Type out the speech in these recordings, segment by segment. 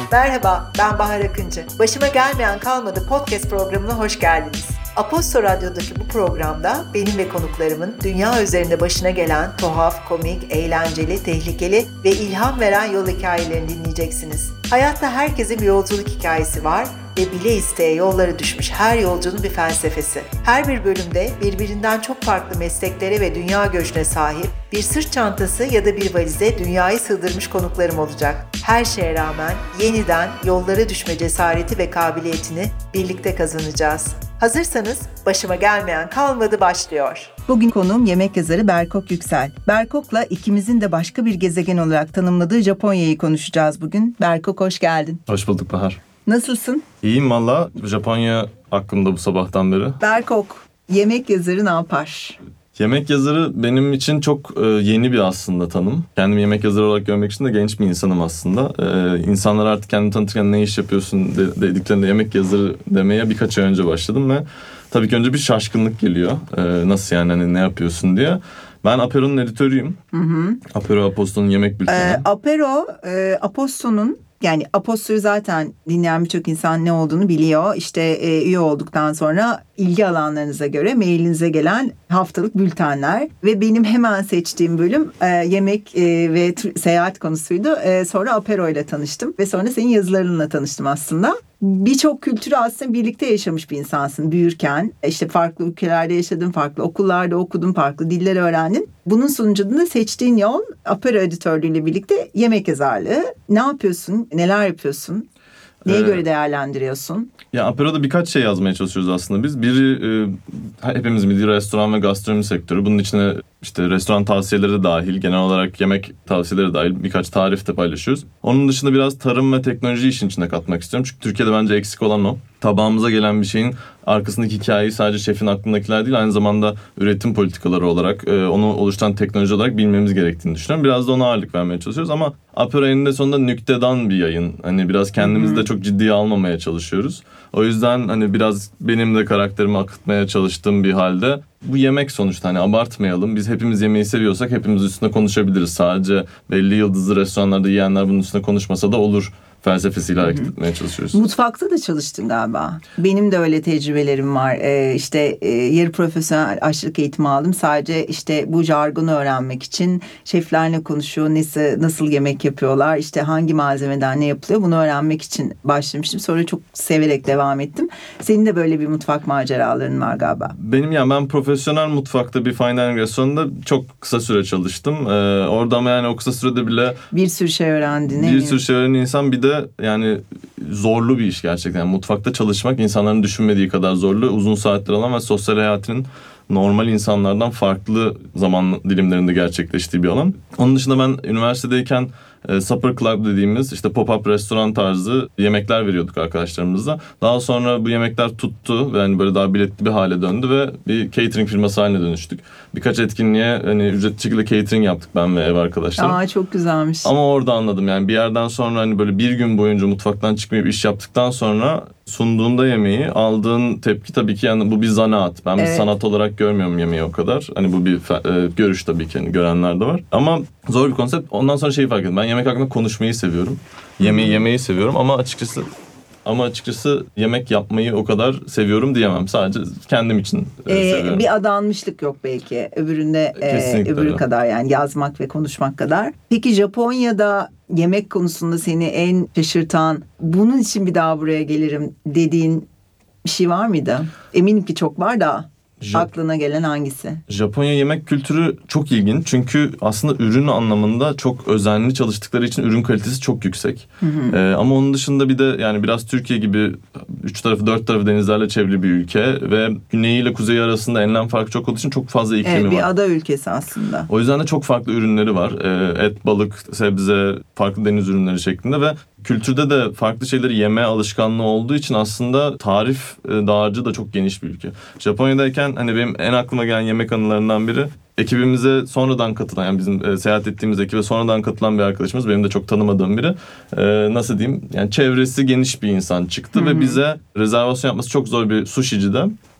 Merhaba, ben Bahar Akıncı. Başıma Gelmeyen Kalmadı podcast programına hoş geldiniz. Aposto Radyo'daki bu programda benim ve konuklarımın dünya üzerinde başına gelen tuhaf, komik, eğlenceli, tehlikeli ve ilham veren yol hikayelerini dinleyeceksiniz. Hayatta herkesin bir yolculuk hikayesi var ve bile isteye yollara düşmüş her yolcunun bir felsefesi. Her bir bölümde birbirinden çok farklı mesleklere ve dünya göçüne sahip bir sırt çantası ya da bir valize dünyayı sığdırmış konuklarım olacak. Her şeye rağmen yeniden yollara düşme cesareti ve kabiliyetini birlikte kazanacağız. Hazırsanız Başıma Gelmeyen Kalmadı başlıyor. Bugün konuğum yemek yazarı Berkok Yüksel. Berkok'la ikimizin de başka bir gezegen olarak tanımladığı Japonya'yı konuşacağız bugün. Berkok hoş geldin. Hoş bulduk Bahar. Nasılsın? İyiyim valla. Japonya aklımda bu sabahtan beri. Berkok, yemek yazarı ne yapar? Yemek yazarı benim için çok yeni bir aslında tanım. Kendimi yemek yazarı olarak görmek için de genç bir insanım aslında. İnsanlar artık kendini tanıtırken ne iş yapıyorsun dediklerinde yemek yazarı demeye birkaç ay önce başladım ve tabii ki önce bir şaşkınlık geliyor. Nasıl yani hani ne yapıyorsun diye. Ben Apero'nun editörüyüm. Apero Aposto'nun yemek bülteni. Apero Aposto'nun yani Aposto'yu zaten dinleyen birçok insan ne olduğunu biliyor. İşte üye olduktan sonra ilgi alanlarınıza göre mailinize gelen haftalık bültenler ve benim hemen seçtiğim bölüm yemek ve seyahat konusuydu. Sonra Apero ile tanıştım ve sonra senin yazılarınla tanıştım aslında. Birçok kültürü aslında birlikte yaşamış bir insansın büyürken. İşte farklı ülkelerde yaşadın, farklı okullarda okudun, farklı diller öğrendin. Bunun sonucunda seçtiğin yol Apero editörlüğüyle birlikte yemek yazarlığı. Ne yapıyorsun? Neler yapıyorsun? Neye göre değerlendiriyorsun? Ya Apero'da birkaç şey yazmaya çalışıyoruz aslında biz. Biri hepimizin bildiği restoran ve gastronomi sektörü. Bunun içine işte restoran tavsiyeleri de dahil, genel olarak yemek tavsiyeleri dahil birkaç tarif de paylaşıyoruz. Onun dışında biraz tarım ve teknoloji işin içine katmak istiyorum. Çünkü Türkiye'de bence eksik olan o. Tabağımıza gelen bir şeyin arkasındaki hikayeyi sadece şefin aklındakiler değil, aynı zamanda üretim politikaları olarak, onu oluşturan teknoloji olarak bilmemiz gerektiğini düşünüyorum. Biraz da ona ağırlık vermeye çalışıyoruz ama Apero eninde sonunda nüktedan bir yayın. Hani biraz kendimizi de çok ciddiye almamaya çalışıyoruz. O yüzden hani biraz benim de karakterimi akıtmaya çalıştığım bir halde bu yemek sonuçta, hani abartmayalım. Biz hepimiz yemeği seviyorsak hepimiz üstüne konuşabiliriz. Sadece belli yıldızlı restoranlarda yiyenler bunun üstüne konuşmasa da olur felsefesiyle hareket etmeye çalışıyoruz. Mutfakta da çalıştın galiba. Benim de öyle tecrübelerim var. Yarı profesyonel aşçılık eğitimi aldım. Sadece işte bu jargonu öğrenmek için şeflerle konuşuyor, nasıl yemek yapıyorlar, işte hangi malzemeden ne yapılıyor, bunu öğrenmek için başlamıştım. Sonra çok severek devam ettim. Senin de böyle bir mutfak maceraların var galiba. Ben profesyonel mutfakta bir fine dining restoranında çok kısa süre çalıştım. Orada ama yani o kısa sürede bile bir sürü şey öğrendin. Bir sürü şey öğrenen insan, bir de yani zorlu bir iş gerçekten. Yani mutfakta çalışmak insanların düşünmediği kadar zorlu, uzun saatler alan ve sosyal hayatının normal insanlardan farklı zaman dilimlerinde gerçekleştiği bir alan. Onun dışında ben üniversitedeyken Supper Club dediğimiz işte pop-up restoran tarzı yemekler veriyorduk arkadaşlarımızla. Daha sonra bu yemekler tuttu ve yani böyle daha biletli bir hale döndü ve bir catering firması haline dönüştük. Birkaç etkinliğe hani ücretli şekilde catering yaptık ben ve ev arkadaşlarım. Çok güzelmiş. Ama orada anladım yani bir yerden sonra hani böyle bir gün boyunca mutfaktan çıkmayıp iş yaptıktan sonra sunduğunda yemeği aldığın tepki tabii ki yani bu bir zanaat. Ben bir sanat olarak görmüyorum yemeği o kadar. Hani bu bir görüş tabii ki, hani görenler de var. Ama zor bir konsept. Ondan sonra şeyi fark ettim. Ben yemek hakkında konuşmayı seviyorum. Yemeği seviyorum ama açıkçası yemek yapmayı o kadar seviyorum diyemem. Sadece kendim için seviyorum. Bir adanmışlık yok belki öbüründe öbürü kadar, yani yazmak ve konuşmak kadar. Peki Japonya'da yemek konusunda seni en şaşırtan, bunun için bir daha buraya gelirim dediğin bir şey var mıydı? Eminim ki çok var da aklına gelen hangisi? Japonya yemek kültürü çok ilginç. Çünkü aslında ürün anlamında çok özenli çalıştıkları için ürün kalitesi çok yüksek. Ama onun dışında bir de yani biraz Türkiye gibi 3 tarafı 4 tarafı denizlerle çevrili bir ülke ve güneyi ile kuzeyi arasında enlem farkı çok olduğu için çok fazla iklimi var. Bir ada ülkesi aslında. O yüzden de çok farklı ürünleri var. Et, balık, sebze, farklı deniz ürünleri şeklinde ve kültürde de farklı şeyleri yeme alışkanlığı olduğu için aslında tarif dağarcığı da çok geniş bir ülke. Japonya'dayken hani benim en aklıma gelen yemek anılarından biri, ekibimize sonradan katılan, yani bizim seyahat ettiğimiz ekibe sonradan katılan bir arkadaşımız, benim de çok tanımadığım biri. Nasıl diyeyim, yani çevresi geniş bir insan çıktı ve bize rezervasyon yapması çok zor bir sushi'cide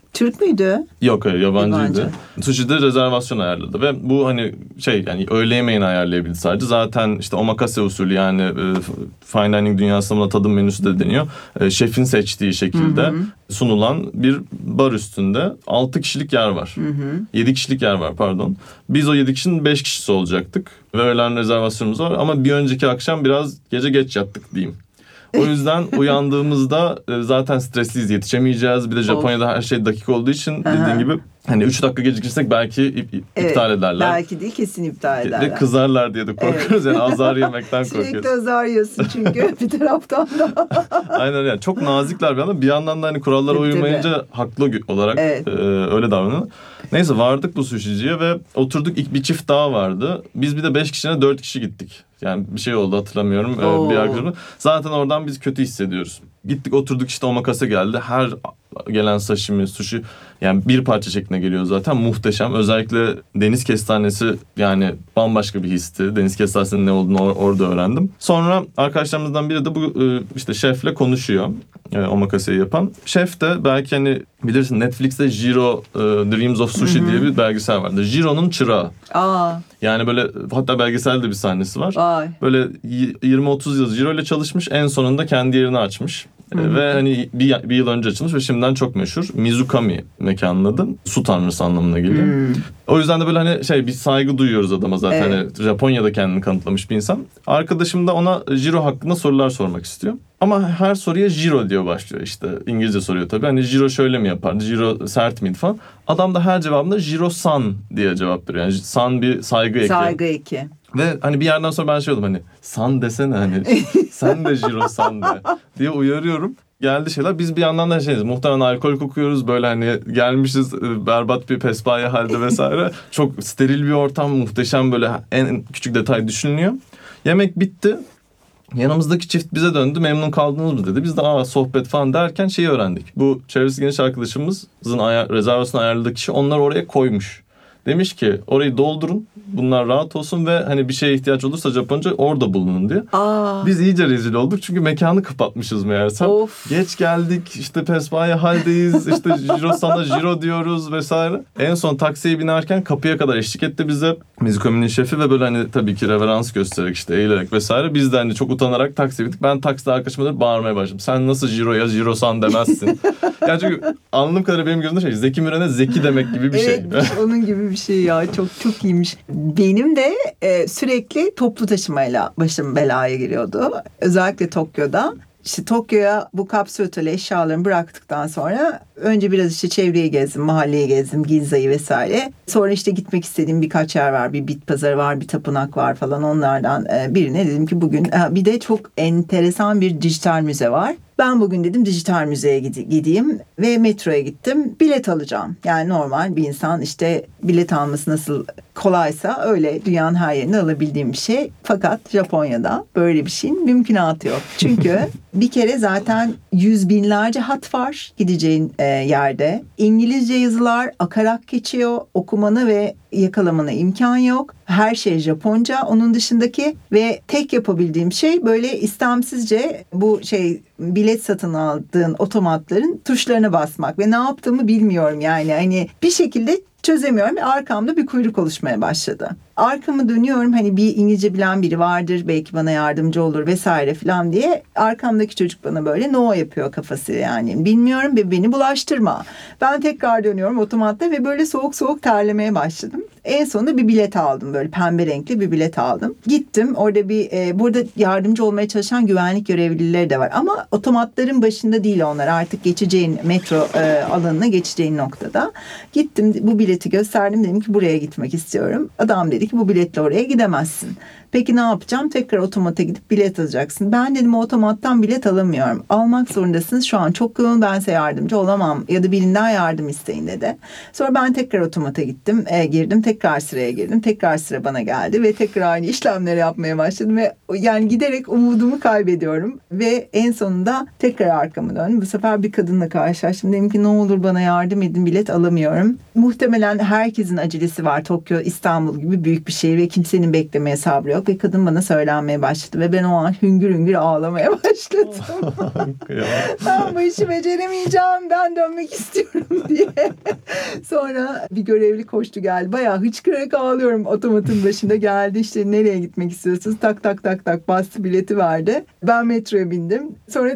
Türk müydü? Yok, hayır, yabancıydı. Yabancı. Sushi'de rezervasyon ayarladı ve bu hani yani öğle yemeğini ayarlayabildi sadece. Zaten işte omakase usulü, yani fine dining dünyasında buna tadım menüsü de deniyor. Şefin seçtiği şekilde sunulan bir bar üstünde 6 kişilik yer var. 7 kişilik yer var, pardon. Biz o 7 kişinin 5 kişisi olacaktık ve öğlen rezervasyonumuz var ama bir önceki akşam biraz gece geç yattık diyeyim. O yüzden uyandığımızda zaten stresliyiz, yetişemeyeceğiz. Bir de Japonya'da her şey dakika olduğu için dediğin gibi hani 3 dakika gecikirsek belki iptal ederler. Belki değil, kesin iptal ederler. Ve kızarlar diye de korkuyoruz. Yani azar yemekten korkuyoruz. Sürekli azar yiyorsun çünkü bir taraftan da. Aynen, yani çok nazikler bir yandan. Bir yandan da hani kurallara uymayınca haklı olarak öyle davranıyor. Neyse, vardık bu sushiciye ve oturduk. İlk bir çift daha vardı. Biz bir de 5 kişine 4 kişi gittik. Yani bir şey oldu, hatırlamıyorum. Bir arkadaşım. Zaten oradan biz kötü hissediyoruz. Gittik, oturduk, işte omakase geldi. Her gelen sashimi, sushi yani bir parça şeklinde geliyor zaten. Muhteşem. Özellikle deniz kestanesi, yani bambaşka bir histi. Deniz kestanesinin ne olduğunu orada öğrendim. Sonra arkadaşlarımızdan biri de bu işte şefle konuşuyor. Omakaseyi yapan. Şef de belki hani bilirsin, Netflix'te Jiro Dreams of Sushi diye bir belgesel vardı. Jiro'nun çırağı. Yani böyle, hatta belgeselde bir sahnesi var. Vay. Böyle 20-30 yıl Jiro ile çalışmış, en sonunda kendi yerini açmış. Ve hani bir yıl önce açılmış ve şimdiden çok meşhur. Mizukami mekanın adı. Su tanrısı anlamına geliyor. O yüzden de böyle hani bir saygı duyuyoruz adama zaten. Hani Japonya'da kendini kanıtlamış bir insan. Arkadaşım da ona Jiro hakkında sorular sormak istiyor. Ama her soruya Jiro diyor başlıyor işte. İngilizce soruyor tabii. Hani Jiro şöyle mi yapardı? Jiro sert miydi falan. Adam da her cevabında Jiro-san diye cevap veriyor. Yani san bir saygı eki. Saygı eki. Ve hani bir yerden sonra ben oldum, hani san desene, hani sen de Jiro-san de diye uyarıyorum. Geldi şeyler. Biz bir yandan da muhtemelen alkol kokuyoruz. Böyle hani gelmişiz berbat bir pespaye halde vesaire. Çok steril bir ortam, muhteşem, böyle en küçük detay düşünülüyor. Yemek bitti. Yanımızdaki çift bize döndü. Memnun kaldınız mı dedi. Biz de sohbet falan derken şeyi öğrendik. Bu çevresi geniş arkadaşımızın rezervasyonu ayarladığı kişi onları oraya koymuş. Demiş ki orayı doldurun, bunlar rahat olsun ve hani bir şeye ihtiyaç olursa Japonca orada bulunun diye. Biz iyice rezil olduk çünkü mekanı kapatmışız meğersem. Geç geldik, işte pespaye haldeyiz, işte Jiro-san'a Jiro diyoruz vesaire. En son taksiye binerken kapıya kadar eşlik etti bize Mizukami'nin şefi ve böyle hani tabii ki reverans göstererek, işte eğilerek vesaire. Biz de hani çok utanarak taksiye bindik. Ben takside arkadaşıma da bağırmaya başladım. Sen nasıl Jiro'ya Jiro-san demezsin. Yani çünkü anladığım kadarıyla benim gözümde Zeki Müren'e Zeki demek gibi bir şey. Evet, onun gibi bir şey ya. Çok çok iyiymiş. Benim de sürekli toplu taşımayla başım belaya giriyordu. Özellikle Tokyo'da. İşte Tokyo'ya bu kapsül otele eşyalarımı bıraktıktan sonra önce biraz işte çevreyi gezdim, mahalleyi gezdim, Ginza'yı vesaire. Sonra işte gitmek istediğim birkaç yer var. Bir bit pazarı var, bir tapınak var falan, onlardan birine dedim ki bugün bir de çok enteresan bir dijital müze var. Ben bugün dedim dijital müzeye gideyim ve metroya gittim. Bilet alacağım. Yani normal bir insan işte bilet alması nasıl kolaysa öyle dünyanın her yerine alabildiğim bir şey. Fakat Japonya'da böyle bir şeyin mümkünatı yok. Çünkü bir kere zaten yüz binlerce hat var gideceğin yerde. İngilizce yazılar akarak geçiyor. Okumana ve yakalamana imkan yok. Her şey Japonca onun dışındaki ve tek yapabildiğim şey böyle istemsizce bu bilet satın aldığın otomatların tuşlarına basmak ve ne yaptığımı bilmiyorum yani hani bir şekilde çözemiyorum ve arkamda bir kuyruk oluşmaya başladı. Arkamı dönüyorum, hani bir İngilizce bilen biri vardır belki bana yardımcı olur vesaire falan diye. Arkamdaki çocuk bana böyle no yapıyor kafası, yani bilmiyorum ve beni bulaştırma. Ben tekrar dönüyorum otomatta ve böyle soğuk soğuk terlemeye başladım. En sonunda bir bilet aldım, böyle pembe renkli bir bilet aldım. Gittim orada burada yardımcı olmaya çalışan güvenlik görevlileri de var ama otomatların başında değil onlar, artık geçeceğin metro alanına geçeceğin noktada. Gittim, bu bileti gösterdim, dedim ki buraya gitmek istiyorum. Adam dedi ki bu biletle oraya gidemezsin. Peki ne yapacağım? Tekrar otomata gidip bilet alacaksın. Ben dedim o otomattan bilet alamıyorum. Almak zorundasınız. Şu an çok yoğun, ben size yardımcı olamam. Ya da birinden yardım isteyin dedi. Sonra ben tekrar otomata gittim. Girdim. Tekrar sıraya girdim. Tekrar sıra bana geldi. Ve tekrar aynı işlemleri yapmaya başladım. Ve yani giderek umudumu kaybediyorum. Ve en sonunda tekrar arkamı döndüm. Bu sefer bir kadınla karşılaştım. Dedim ki ne olur bana yardım edin. Bilet alamıyorum. Muhtemelen herkesin acelesi var. Tokyo, İstanbul gibi büyük bir şehir ve kimsenin beklemeye sabrı yok. yok ve kadın bana söylenmeye başladı ve ben o an hüngür hüngür ağlamaya başladım. Ben bu işi beceremeyeceğim, ben dönmek istiyorum diye. Sonra bir görevli koştu geldi. Bayağı hıçkırarak ağlıyorum, otomatın başında geldi, işte nereye gitmek istiyorsunuz? Tak tak tak tak bastı, bileti verdi. Ben metroya bindim. Sonra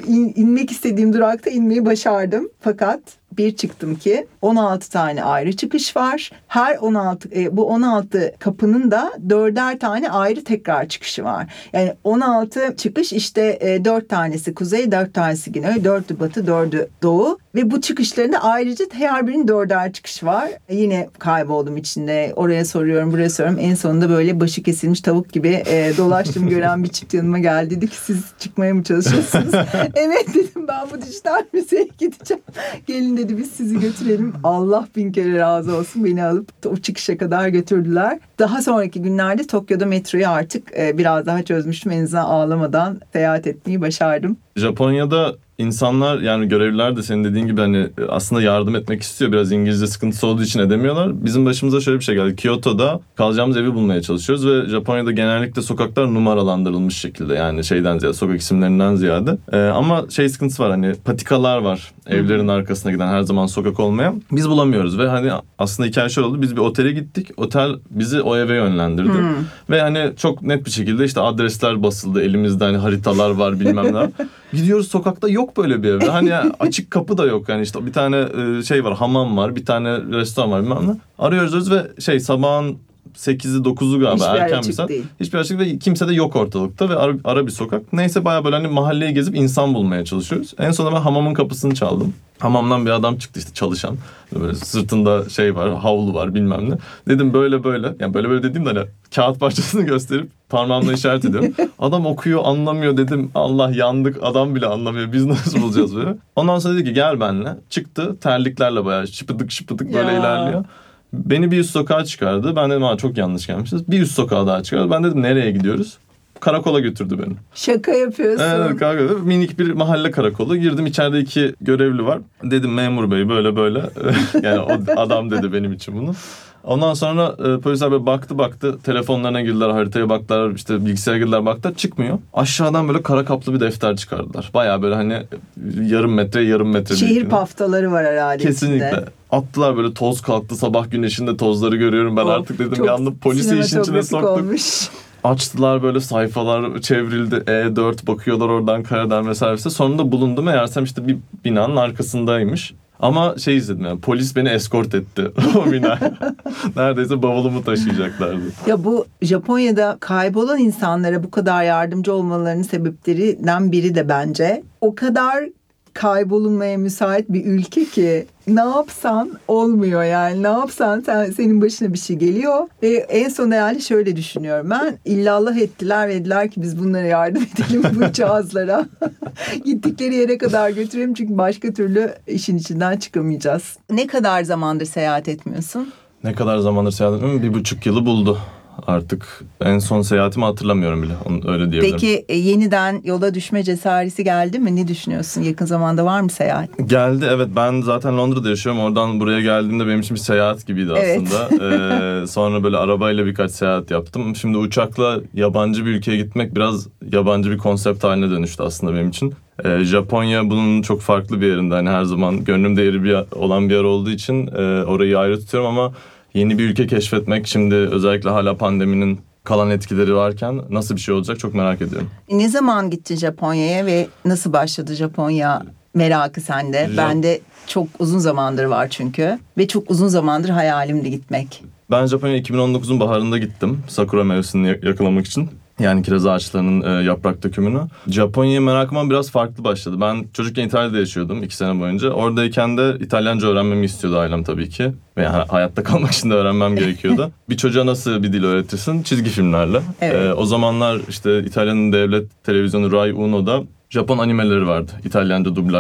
inmek istediğim durakta inmeyi başardım. Fakat bir çıktım ki 16 tane ayrı çıkış var. Her 16 kapının da 4'er tane ayrı tekrar çıkışı var. Yani 16 çıkış, işte 4 tanesi kuzey, 4 tanesi güney, 4'ü batı, 4'ü doğu ve bu çıkışlarında ayrıca her birinin 4'er çıkışı var. Yine kayboldum içinde. Oraya soruyorum, buraya soruyorum. En sonunda böyle başı kesilmiş tavuk gibi dolaştım, gören bir çift yanıma geldi. Dedi ki siz çıkmaya mı çalışıyorsunuz? Evet dedim, ben bu dijital müzeye gideceğim. Gelin dedi, biz sizi götürelim. Allah bin kere razı olsun, beni alıp o çıkışa kadar götürdüler. Daha sonraki günlerde Tokyo'da metroyu artık biraz daha çözmüştüm. En azından ağlamadan seyahat etmeyi başardım. Japonya'da insanlar, yani görevliler de senin dediğin gibi hani aslında yardım etmek istiyor. Biraz İngilizce sıkıntısı olduğu için edemiyorlar. Bizim başımıza şöyle bir şey geldi. Kyoto'da kalacağımız evi bulmaya çalışıyoruz ve Japonya'da genellikle sokaklar numaralandırılmış şekilde. Yani şeyden ziyade, sokak isimlerinden ziyade. Ama sıkıntısı var, hani patikalar var. Evlerin arkasına giden, her zaman sokak olmayan. Biz bulamıyoruz ve hani aslında hikaye şöyle oldu. Biz bir otele gittik. Otel bizi o eve yönlendirdi. Ve hani çok net bir şekilde işte adresler basıldı. Elimizde hani haritalar var, bilmem ne var. Gidiyoruz, sokakta yok böyle bir ev. Hani açık kapı da yok. Yani işte bir tane var, hamam var, bir tane restoran var, bilmem ne. Arıyoruz ve sabahın 8'i 9'u galiba, Hiçbir erken bir saat. değil. Hiçbir açık ve kimse de yok ortalıkta ve ara bir sokak. Neyse bayağı böyle hani mahalleyi gezip insan bulmaya çalışıyoruz. En sonunda ben hamamın kapısını çaldım. Hamamdan bir adam çıktı, işte çalışan. Böyle sırtında var, havlu var, bilmem ne. Dedim böyle. Yani böyle dediğimde hani kağıt parçasını gösterip parmağımla işaret ediyorum. Adam okuyor, anlamıyor, dedim. Allah, yandık, adam bile anlamıyor. Biz nasıl bulacağız böyle? Ondan sonra dedi ki gel benimle. Çıktı terliklerle bayağı şıpıdık böyle ilerliyor. Beni bir üst sokağa çıkardı. Ben dedim çok yanlış gelmişiz. Bir üst sokağa daha çıkardı. Ben dedim nereye gidiyoruz? Karakola götürdü beni. Şaka yapıyorsun. Evet, karakola. Minik bir mahalle karakolu. Girdim, içeride 2 görevli var. Dedim memur bey böyle. Yani o adam dedi benim için bunu. Ondan sonra polisler böyle baktı. Telefonlarına girdiler, haritaya baktılar, işte bilgisayara girdiler, baktılar, çıkmıyor. Aşağıdan böyle kara kaplı bir defter çıkardılar. Bayağı böyle hani yarım metre. Şehir paftaları var herhalde kesinlikle. içinde. Attılar böyle, toz kalktı. Sabah güneşinde tozları görüyorum ben artık dedim. Yandım, polisi işin içine soktuk. Olmuş. Açtılar böyle, sayfalar çevrildi. E4 bakıyorlar oradan karadan servise. Sonunda bulundum. Meğersem işte bir binanın arkasındaymış. Ama izledim yani, polis beni eskort etti o binaya. Neredeyse bavulumu taşıyacaklardı. Ya bu Japonya'da kaybolan insanlara bu kadar yardımcı olmalarının sebeplerinden biri de bence o kadar kaybolunmaya müsait bir ülke ki ne yapsan olmuyor yani. Ne yapsan senin başına bir şey geliyor ve en son yani şöyle düşünüyorum ben, illallah ettiler ve dediler ki biz bunlara yardım edelim bu cihazlara. Gittikleri yere kadar götürelim çünkü başka türlü işin içinden çıkamayacağız. Ne kadar zamandır seyahat etmiyorsun? Ne kadar zamandır seyahat etmiyorum? 1,5 yılı buldu. Artık en son seyahatimi hatırlamıyorum bile. Onu öyle diyebilirim. Peki yeniden yola düşme cesareti geldi mi? Ne düşünüyorsun? Yakın zamanda var mı seyahat? Geldi, evet. Ben zaten Londra'da yaşıyorum. Oradan buraya geldiğimde benim için bir seyahat gibiydi aslında. Sonra böyle arabayla birkaç seyahat yaptım. Şimdi uçakla yabancı bir ülkeye gitmek biraz yabancı bir konsept haline dönüştü aslında benim için. Japonya bunun çok farklı bir yerinde. Hani her zaman gönlümde yeri olan bir yer olduğu için orayı ayrı tutuyorum ama yeni bir ülke keşfetmek, şimdi özellikle hala pandeminin kalan etkileri varken nasıl bir şey olacak çok merak ediyorum. Ne zaman gittin Japonya'ya ve nasıl başladı Japonya merakı sende? Bende çok uzun zamandır var çünkü ve çok uzun zamandır hayalimdi gitmek. Ben Japonya'ya 2019'un baharında gittim sakura mevsimini yakalamak için. Yani kiraz ağaçlarının yaprak dökümünü. Japonya'ya merakıma biraz farklı başladı. Ben çocukken İtalya'da yaşıyordum 2 sene boyunca. Oradayken de İtalyanca öğrenmemi istiyordu ailem tabii ki. Ve hayatta kalmak için de öğrenmem gerekiyordu. Bir çocuğa nasıl bir dil öğretirsin? Çizgi filmlerle. Evet. O zamanlar işte İtalya'nın devlet televizyonu Rai Uno'da Japon animeleri vardı, İtalyanca dublajlı.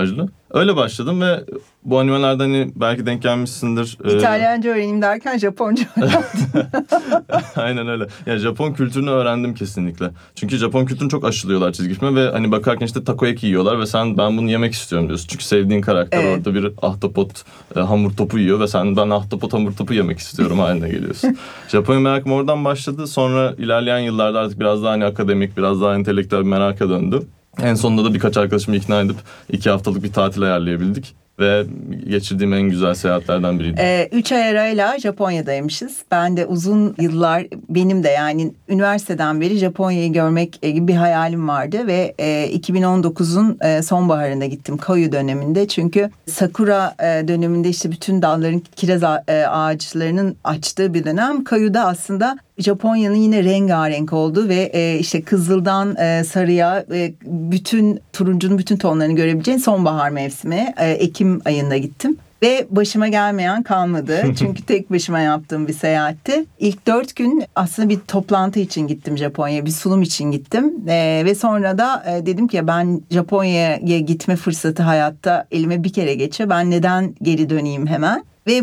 Öyle başladım ve bu animelerden hani belki denk gelmişsindir. İtalyanca öğreneyim derken Japonca öğrendim. Aynen öyle. Yani Japon kültürünü öğrendim kesinlikle. Çünkü Japon kültürünü çok aşılıyorlar çizgi filme ve hani bakarken işte takoyaki yiyorlar ve ben bunu yemek istiyorum diyorsun. Çünkü sevdiğin karakter orada bir ahtapot hamur topu yiyor ve ben ahtapot hamur topu yemek istiyorum haline geliyorsun. Japonya merakım oradan başladı. Sonra ilerleyen yıllarda artık biraz daha hani akademik, biraz daha entelektüel bir meraka döndü. En sonunda da birkaç arkadaşımı ikna edip 2 haftalık bir tatil ayarlayabildik. Ve geçirdiğim en güzel seyahatlerden biriydi. 3 ay arayla Japonya'daymışız. Ben de uzun yıllar benim de yani üniversiteden beri Japonya'yı görmek gibi bir hayalim vardı. Ve 2019'un sonbaharında gittim Koyu döneminde. Çünkü Sakura döneminde işte bütün dalların kiraz ağaçlarının açtığı bir dönem. Koyu'da aslında Japonya'nın yine rengarenk olduğu ve işte kızıldan sarıya bütün turuncunun bütün tonlarını görebileceğin sonbahar mevsimi Ekim ayında gittim. Ve başıma gelmeyen kalmadı. Çünkü tek başıma yaptığım bir seyahatti. İlk 4 gün aslında bir toplantı için gittim Japonya'ya. Bir sunum için gittim. Ve sonra da dedim ki ben Japonya'ya gitme fırsatı hayatta elime bir kere geçiyor. Ben neden geri döneyim hemen? Ve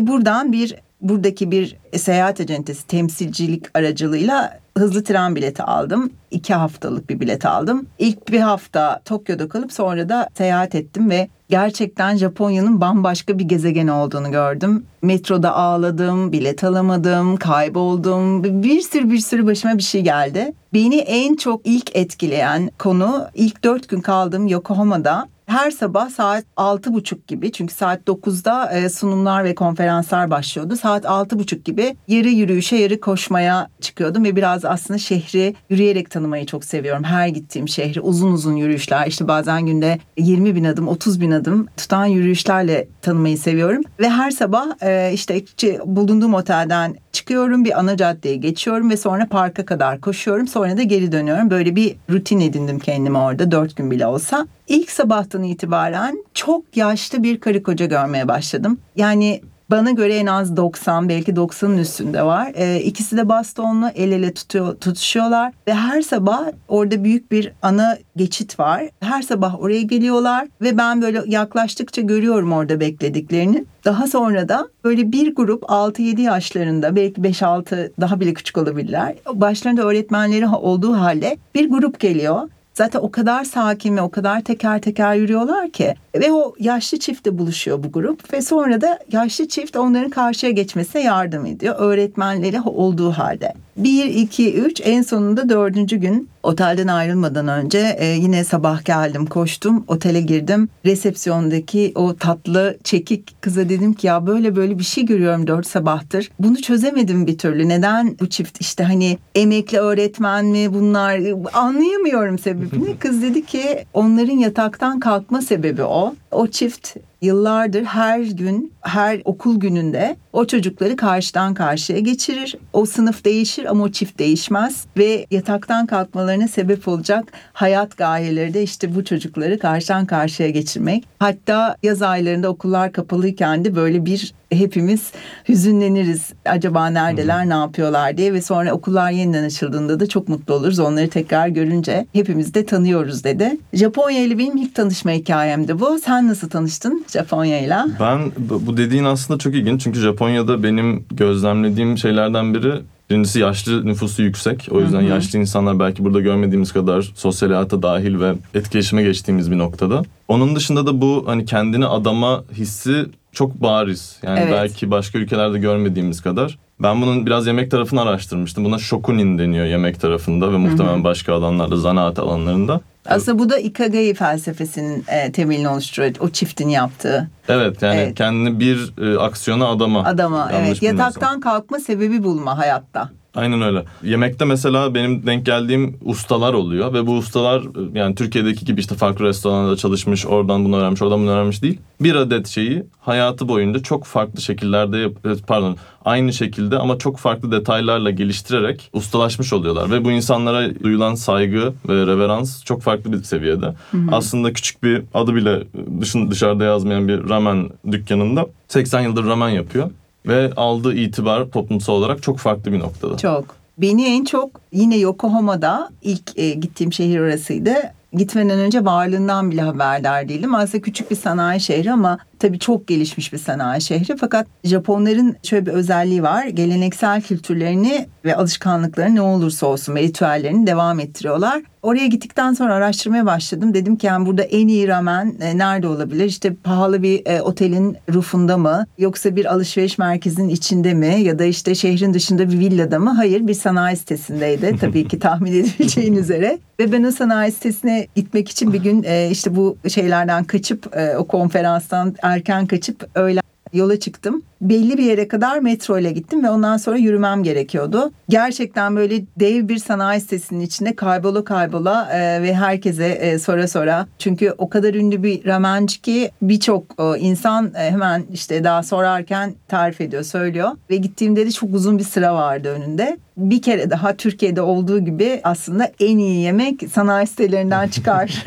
buradaki bir seyahat acentesi temsilcilik aracılığıyla hızlı tren bileti aldım. 2 haftalık bir bilet aldım. İlk bir hafta Tokyo'da kalıp sonra da seyahat ettim ve gerçekten Japonya'nın bambaşka bir gezegen olduğunu gördüm. Metroda ağladım, bilet alamadım, kayboldum. Bir sürü başıma bir şey geldi. Beni en çok ilk etkileyen konu ilk 4 gün kaldığım Yokohama'da. Her sabah saat 6.30 gibi çünkü saat 9'da sunumlar ve konferanslar başlıyordu. Saat 6.30 gibi yarı yürüyüşe yarı koşmaya çıkıyordum ve biraz aslında şehri yürüyerek tanımayı çok seviyorum. Her gittiğim şehri uzun yürüyüşler işte bazen günde 20.000 adım 30.000 adım tutan yürüyüşlerle tanımayı seviyorum. Ve her sabah işte bulunduğum otelden çıkıyorum bir ana caddeye geçiyorum ve sonra parka kadar koşuyorum sonra da geri dönüyorum. Böyle bir rutin edindim kendime orada 4 gün bile olsa. İlk sabahtan itibaren çok yaşlı bir karı koca görmeye başladım. Yani bana göre en az 90 belki 90'ın üstünde var. İkisi de bastonla el ele tutuşuyorlar ve her sabah orada büyük bir ana geçit var. Her sabah oraya geliyorlar ve ben böyle yaklaştıkça görüyorum orada beklediklerini. Daha sonra da böyle bir grup 6-7 yaşlarında belki 5-6 daha bile küçük olabilirler. Başlarında öğretmenleri olduğu halde bir grup geliyor. Zaten o kadar sakin ve o kadar teker teker yürüyorlar ki. Ve o yaşlı çiftle buluşuyor bu grup. Ve sonra da yaşlı çift onların karşıya geçmesine yardım ediyor. Öğretmenleri olduğu halde. 1, 2, 3 en sonunda 4. gün otelden ayrılmadan önce yine sabah geldim koştum otele girdim. Resepsiyondaki o tatlı çekik kıza dedim ki ya böyle bir şey görüyorum 4 sabahtır. Bunu çözemedim bir türlü. Neden bu çift işte hani emekli öğretmen mi bunlar anlayamıyorum sebebini. Kız dedi ki onların yataktan kalkma sebebi o. O çift yıllardır her gün, her okul gününde o çocukları karşıdan karşıya geçirir. O sınıf değişir ama o çift değişmez. Ve yataktan kalkmalarına sebep olacak hayat gayeleri de işte bu çocukları karşıdan karşıya geçirmek. Hatta yaz aylarında okullar kapalıyken de böyle bir hepimiz hüzünleniriz. Acaba neredeler, ne yapıyorlar diye ve sonra okullar yeniden açıldığında da çok mutlu oluruz. Onları tekrar görünce hepimiz de tanıyoruz dedi. Japonya ile benim ilk tanışma hikayemdi bu. Sen nasıl tanıştın Japonya'yla? Ben bu dediğin aslında çok ilginç çünkü Japonya'da benim gözlemlediğim şeylerden biri birincisi yaşlı nüfusu yüksek. O yüzden yaşlı insanlar belki burada görmediğimiz kadar sosyal hayata dahil ve etkileşime geçtiğimiz bir noktada. Onun dışında da bu hani kendini adama hissi çok bariz. Yani evet. Belki başka ülkelerde görmediğimiz kadar. Ben bunun biraz yemek tarafını araştırmıştım. Buna shokunin deniyor yemek tarafında ve muhtemelen başka alanlarda, zanaat alanlarında. Aslında bu da Ikigai felsefesinin temelini oluşturuyor. O çiftin yaptığı. Evet yani kendini bir aksiyona adama. Evet. Yataktan kalkma sebebi bulma hayatta. Aynen öyle. Yemekte mesela benim denk geldiğim ustalar oluyor ve bu ustalar yani Türkiye'deki gibi işte farklı restoranlarda çalışmış, oradan bunu öğrenmiş, oradan bunu öğrenmiş değil. Bir adet şeyi hayatı boyunca çok farklı şekillerde aynı şekilde ama çok farklı detaylarla geliştirerek ustalaşmış oluyorlar ve bu insanlara duyulan saygı ve reverans çok farklı bir seviyede. Aslında küçük bir adı bile dışarıda yazmayan bir ramen dükkanında 80 yıldır ramen yapıyor. Ve aldığı itibar toplumsal olarak çok farklı bir noktada. Çok. Beni en çok yine Yokohama'da ilk gittiğim şehir orasıydı. gitmeden önce varlığından bile haberdar değildim. Aslında küçük bir sanayi şehri ama tabii çok gelişmiş bir sanayi şehri. Fakat Japonların şöyle bir özelliği var. Geleneksel kültürlerini ve alışkanlıklarını ne olursa olsun ve ritüellerini devam ettiriyorlar. Oraya gittikten sonra araştırmaya başladım. Dedim ki yani burada en iyi ramen nerede olabilir? İşte pahalı bir otelin roofunda mı? Yoksa bir alışveriş merkezinin içinde mi? Ya da işte şehrin dışında bir villada mı? Hayır, bir sanayi sitesindeydi. Tabii ki tahmin edebileceğin üzere. Ve ben o sanayi sitesine gitmek için bir gün işte bu şeylerden kaçıp o konferanstan erken kaçıp öyle yola çıktım. Belli bir yere kadar metro ile gittim ve ondan sonra yürümem gerekiyordu. Gerçekten böyle dev bir sanayi sitesinin içinde kaybola ve herkese sonra. Çünkü o kadar ünlü bir ramenci ki birçok insan hemen işte daha sorarken tarif ediyor, söylüyor. Ve gittiğimde de çok uzun bir sıra vardı önünde. Bir kere daha Türkiye'de olduğu gibi aslında en iyi yemek sanayi sitelerinden çıkar.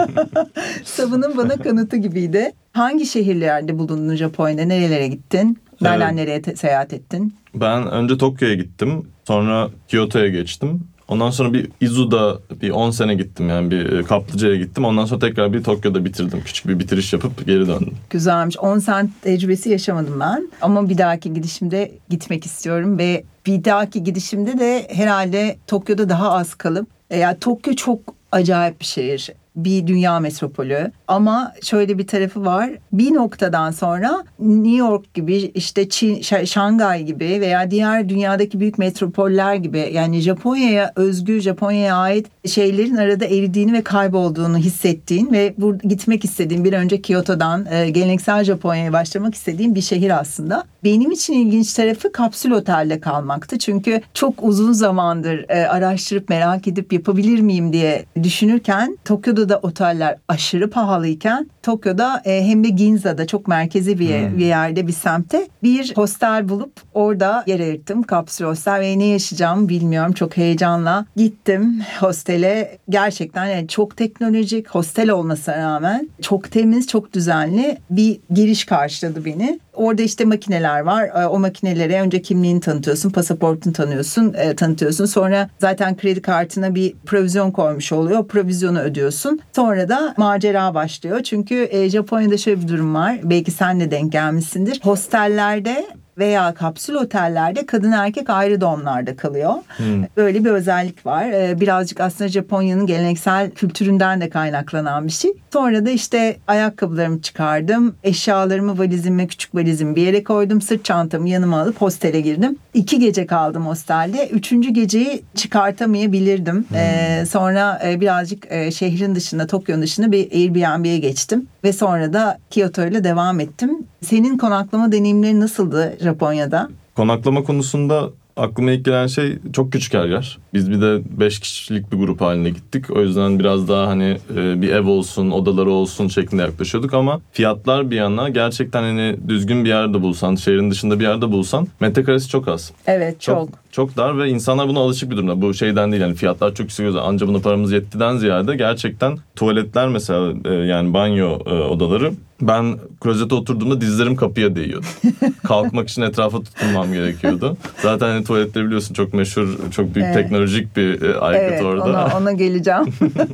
Sabının bana kanıtı gibiydi. Hangi şehirlerde bulundun Japonya'da? Nerelere gittin? Nereden nereye seyahat ettin? Ben önce Tokyo'ya gittim. Sonra Kyoto'ya geçtim. Ondan sonra bir Izu'da bir 10 sene gittim, yani bir kaplıcaya gittim. Ondan sonra tekrar bir Tokyo'da bitirdim. Küçük bir bitiriş yapıp geri döndüm. Güzelmiş. 10 sene tecrübesi yaşamadım ben. Ama bir dahaki gidişimde gitmek istiyorum ve bir dahaki gidişimde de herhalde Tokyo'da daha az kalıp. Yani Tokyo çok acayip bir şehir. Bir dünya metropolü ama şöyle bir tarafı var. Bir noktadan sonra New York gibi, işte Çin, Şangay gibi veya diğer dünyadaki büyük metropoller gibi, yani Japonya'ya özgü, Japonya'ya ait şeylerin arada eridiğini ve kaybolduğunu hissettiğin ve gitmek istediğin, bir önce Kyoto'dan geleneksel Japonya'ya başlamak istediğin bir şehir aslında. Benim için ilginç tarafı kapsül otelde kalmaktı. Çünkü çok uzun zamandır araştırıp merak edip yapabilir miyim diye düşünürken Tokyo'da da oteller aşırı pahalıyken Tokyo'da hem de Ginza'da çok merkezi bir yerde, bir semtte bir hostel bulup orada yer ayırttım. Kapsül hostel ve ne yaşayacağımı bilmiyorum. Çok heyecanla gittim hostele. Gerçekten yani çok teknolojik, hostel olmasına rağmen çok temiz, çok düzenli bir giriş karşıladı beni. Orada işte makineler var. O makinelere önce kimliğini tanıtıyorsun, pasaportunu tanıtıyorsun. Sonra zaten kredi kartına bir provizyon koymuş oluyor. O provizyonu ödüyorsun. Sonra da macera başlıyor. Çünkü Japonya'da şöyle bir durum var. Belki sen de denk gelmişsindir. Hostellerde veya kapsül otellerde kadın erkek ayrı dormlarda kalıyor. Böyle bir özellik var. Birazcık aslında Japonya'nın geleneksel kültüründen de kaynaklanan bir şey. Sonra da işte ayakkabılarımı çıkardım. Eşyalarımı, valizimi, küçük valizimi bir yere koydum. Sırt çantamı yanıma alıp hostele girdim. 2 gece kaldım hostelde. 3. geceyi çıkartamayabilirdim. Sonra birazcık şehrin dışında, Tokyo'nun dışında bir Airbnb'ye geçtim. Ve sonra da Kyoto ile devam ettim. Senin konaklama deneyimleri nasıldı Japonya'da? Konaklama konusunda aklıma ilk gelen şey çok küçük her yer. Biz bir de 5 kişilik bir grup haline gittik. O yüzden biraz daha hani bir ev olsun, odaları olsun şeklinde yaklaşıyorduk ama fiyatlar bir yana gerçekten hani düzgün bir yerde bulsan, şehrin dışında bir yerde bulsan metrekaresi çok az. Evet, çok. Çok dar ve insanlar buna alışık bir durumda. Bu şeyden değil, yani fiyatlar çok yüksek, anca buna paramız yettiden ziyade gerçekten tuvaletler mesela, yani banyo odaları. Ben klozete oturduğumda dizlerim kapıya değiyordu. Kalkmak için etrafa tutunmam gerekiyordu. Zaten hani tuvaletleri biliyorsun, çok meşhur, çok büyük teknolojik bir aygıt orada. Evet, ona geleceğim.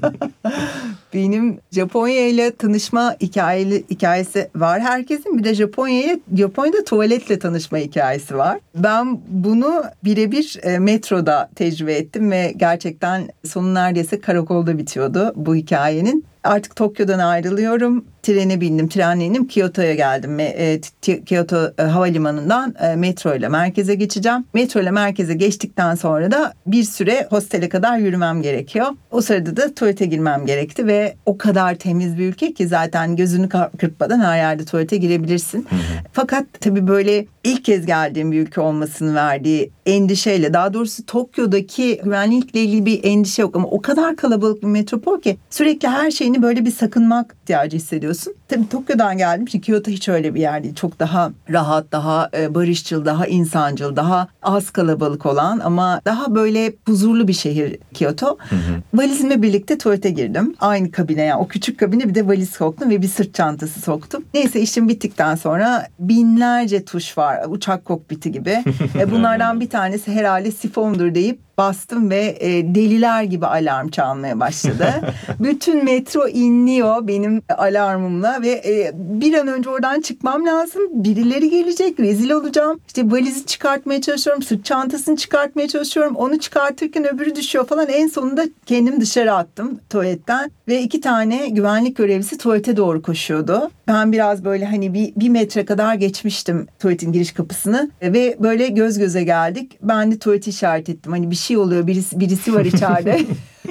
Benim Japonya ile tanışma hikayesi var herkesin. Bir de Japonya'da tuvaletle tanışma hikayesi var. Ben bunu birebir metroda tecrübe ettim ve gerçekten sonu neredeyse karakolda bitiyordu bu hikayenin. Artık Tokyo'dan ayrılıyorum. Trene bindim, trenle indim. Kyoto'ya geldim. Kyoto havalimanından metro ile merkeze geçeceğim. Metro ile merkeze geçtikten sonra da bir süre hostele kadar yürümem gerekiyor. O sırada da tuvalete girmem gerekti ve o kadar temiz bir ülke ki zaten gözünü kırpmadan her yerde tuvalete girebilirsin. Fakat tabii böyle ilk kez geldiğim bir ülke olmasının verdiği endişeyle, daha doğrusu Tokyo'daki güvenlikle ilgili bir endişe yok ama o kadar kalabalık bir metropol ki sürekli her şeyini böyle bir sakınmak ihtiyacı hissediyorsun. Tabii Tokyo'dan geldim ki Kyoto hiç öyle bir yer değil. Çok daha rahat, daha barışçıl, daha insancıl, daha az kalabalık olan ama daha böyle huzurlu bir şehir Kyoto. Valizimle birlikte tuvalete girdim. Aynı kabine, yani o küçük kabine bir de valiz soktum ve bir sırt çantası soktum. Neyse işim bittikten sonra binlerce tuş var. Uçak kokpiti gibi. Bunlardan bir tanesi herhalde sifondur deyip bastım ve deliler gibi alarm çalmaya başladı. Bütün metro inliyor benim alarmımla ve bir an önce oradan çıkmam lazım. Birileri gelecek, rezil olacağım. İşte valizi çıkartmaya çalışıyorum, sırt çantasını çıkartmaya çalışıyorum. Onu çıkartırken öbürü düşüyor falan. En sonunda kendimi dışarı attım tuvaletten ve 2 tane güvenlik görevlisi tuvalete doğru koşuyordu. Ben biraz böyle hani bir metre kadar geçmiştim tuvaletin giriş kapısını ve böyle göz göze geldik. Ben de tuvaleti işaret ettim. Hani bir şey oluyor, birisi var içeride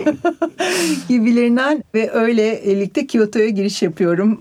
gibilerinden ve öyle birlikte Kyoto'ya giriş yapıyorum.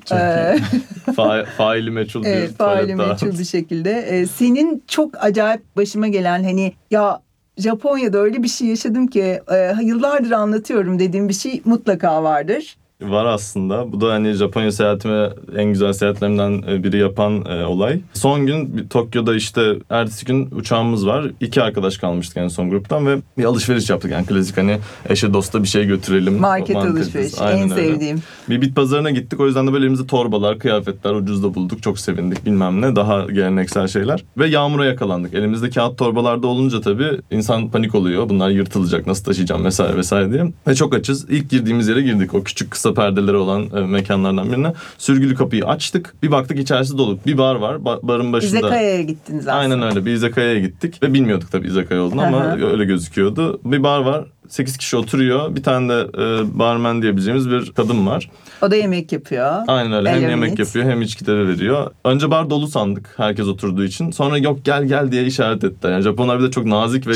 Faili meçhul bir evet, faili meçhul bir şekilde. Senin çok acayip başıma gelen hani ya Japonya'da öyle bir şey yaşadım ki yıllardır anlatıyorum dediğim bir şey mutlaka vardır. Var aslında. Bu da hani Japonya seyahatime en güzel seyahatlerimden biri yapan olay. Son gün Tokyo'da işte ertesi gün uçağımız var. 2 arkadaş kalmıştık en son gruptan ve bir alışveriş yaptık. Yani klasik hani eşe dosta bir şey götürelim. Market alışverişi en sevdiğim. Bir bit pazarına gittik. O yüzden de böyle elimizde torbalar, kıyafetler ucuzda bulduk. Çok sevindik bilmem ne. Daha geleneksel şeyler. Ve yağmura yakalandık. Elimizde kağıt torbalarda olunca tabii insan panik oluyor. Bunlar yırtılacak, nasıl taşıyacağım vesaire vesaire diye. Ve çok açız. İlk girdiğimiz yere girdik. O küçük kısa perdeleri olan mekanlardan birine. Sürgülü kapıyı açtık. Bir baktık içerisi dolu. Bir bar var. Barın başında. İzakaya'ya gittiniz aslında. Aynen öyle. Bir izakaya'ya gittik. Ve bilmiyorduk tabii izakaya olduğunu ama öyle gözüküyordu. Bir bar var. 8 kişi oturuyor. Bir tane de barmen diyebileceğimiz bir kadın var. O da yemek yapıyor. Aynen öyle. Hem yemek yapıyor hem içkileri veriyor. Önce bar dolu sandık herkes oturduğu için. Sonra yok gel diye işaret ettiler. Yani Japonlar bir de çok nazik ve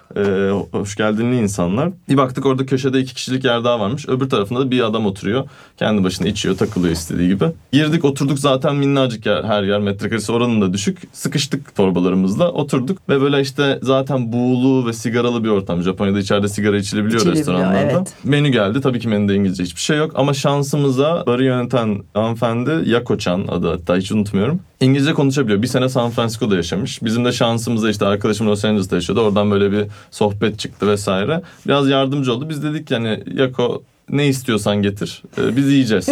hoş geldinli insanlar. Bir baktık orada köşede 2 kişilik yer daha varmış. Öbür tarafında da bir adam oturuyor. Kendi başına içiyor, takılıyor istediği gibi. Girdik oturduk zaten minnacık yer, her yer metrekaresi oranın da düşük. Sıkıştık torbalarımızla oturduk ve böyle işte zaten buğulu ve sigaralı bir ortam. Japonya'da içeride sigara içilebiliyor restoranlarda. Evet. Menü geldi. Tabii ki menüde İngilizce hiçbir şey yok ama şansımıza barı yöneten hanımefendi Yako-chan adı hatta hiç unutmuyorum. İngilizce konuşabiliyor. Bir sene San Francisco'da yaşamış. Bizim de şansımıza işte arkadaşım Los Angeles'ta yaşıyordu. Oradan böyle bir sohbet çıktı vesaire. Biraz yardımcı oldu. Biz dedik yani Yako ne istiyorsan getir. Biz yiyeceğiz.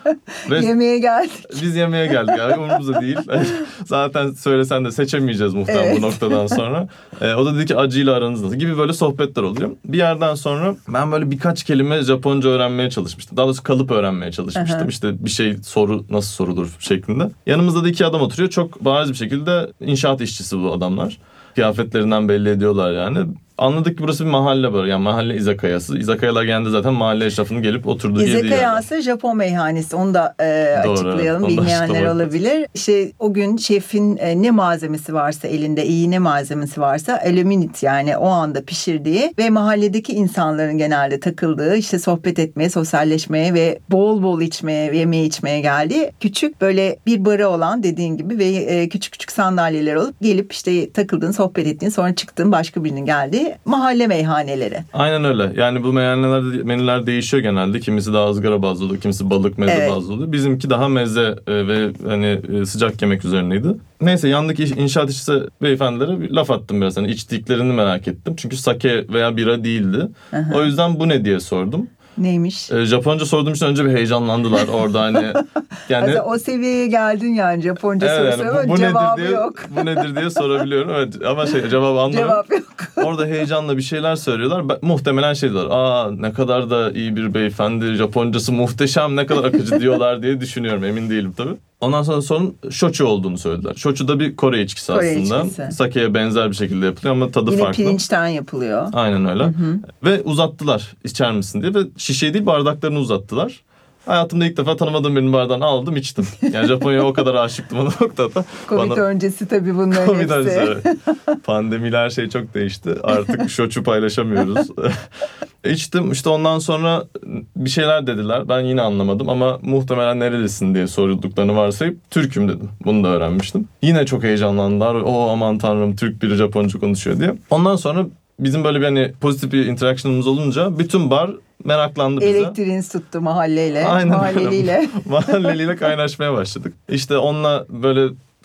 Yemeğe geldik. Biz yemeğe geldik. Yani umurumuzda değil. Zaten söylesen de seçemeyeceğiz muhtemelen bu noktadan sonra. O da dedi ki acıyla aranız nasıl gibi böyle sohbetler oluyor. Bir yerden sonra ben böyle birkaç kelime Japonca öğrenmeye çalışmıştım. Daha doğrusu kalıp öğrenmeye çalışmıştım. İşte bir şey nasıl sorulur şeklinde. Yanımızda da 2 adam oturuyor. Çok bariz bir şekilde inşaat işçisi bu adamlar. Kıyafetlerinden belli ediyorlar yani. Anladık ki burası bir mahalle bar. Yani mahalle izakayası. İzakayalar genelde zaten mahalle eşrafının gelip oturduğu yeri. İzakayası Japon meyhanesi. Onu da açıklayalım. Onu bilmeyenler olabilir. İşte o gün şefin ne malzemesi varsa elinde, iyi ne malzemesi varsa aluminit yani o anda pişirdiği ve mahalledeki insanların genelde takıldığı işte sohbet etmeye, sosyalleşmeye ve bol bol içmeye, yemeği içmeye geldiği küçük böyle bir barı olan dediğin gibi ve küçük küçük sandalyeler olup gelip işte takıldığın, sohbet ettiğin sonra çıktığın başka birinin geldiği mahalle meyhaneleri. Aynen öyle. Yani bu menüler değişiyor genelde. Kimisi daha ızgara bazlı oluyor, kimisi balık meze bazlı oluyor. Bizimki daha meze ve hani sıcak yemek üzerineydi. Neyse yandaki inşaat işçisi beyefendilere bir laf attım biraz. Hani içtiklerini merak ettim. Çünkü sake veya bira değildi. O yüzden bu ne diye sordum. Neymiş? Japonca sorduğum için önce bir heyecanlandılar orada hani. Yani o seviyeye geldin yani Japonca sorusu ama cevabı yok. Bu nedir diye sorabiliyorum. Evet, ama cevabı anlamıyorum. Cevap yok. Orada heyecanla bir şeyler söylüyorlar. Muhtemelen şey diyorlar. Ne kadar da iyi bir beyefendi. Japoncası muhteşem. Ne kadar akıcı diyorlar diye düşünüyorum. Emin değilim tabii. Ondan sonra sorun shochu olduğunu söylediler. Shochu da bir Kore içkisi aslında. Sake'ye benzer bir şekilde yapılıyor ama tadı yine farklı. Yine pirinçten yapılıyor. Aynen öyle. Ve uzattılar içer misin diye ve şişeyi değil bardaklarını uzattılar. Hayatımda ilk defa tanımadığım birinin bardağını aldım içtim. Yani Japonya'ya o kadar aşıktım o noktada. Covid öncesi tabii bunların Covid hepsi. öncesi. Pandemiyle her şey çok değişti. Artık shochu paylaşamıyoruz. İçtim işte ondan sonra bir şeyler dediler. Ben yine anlamadım ama muhtemelen nerelisin diye sorduklarını varsayıp Türk'üm dedim. Bunu da öğrenmiştim. Yine çok heyecanlandılar. Aman tanrım Türk biri Japonca konuşuyor diye. Ondan sonra bizim böyle bir hani pozitif bir interaction'ımız olunca bütün bar meraklandı bize. Elektriğiniz tuttu mahalleyle. Aynen mahalleliyle. Mahalleliyle kaynaşmaya başladık. İşte onunla böyle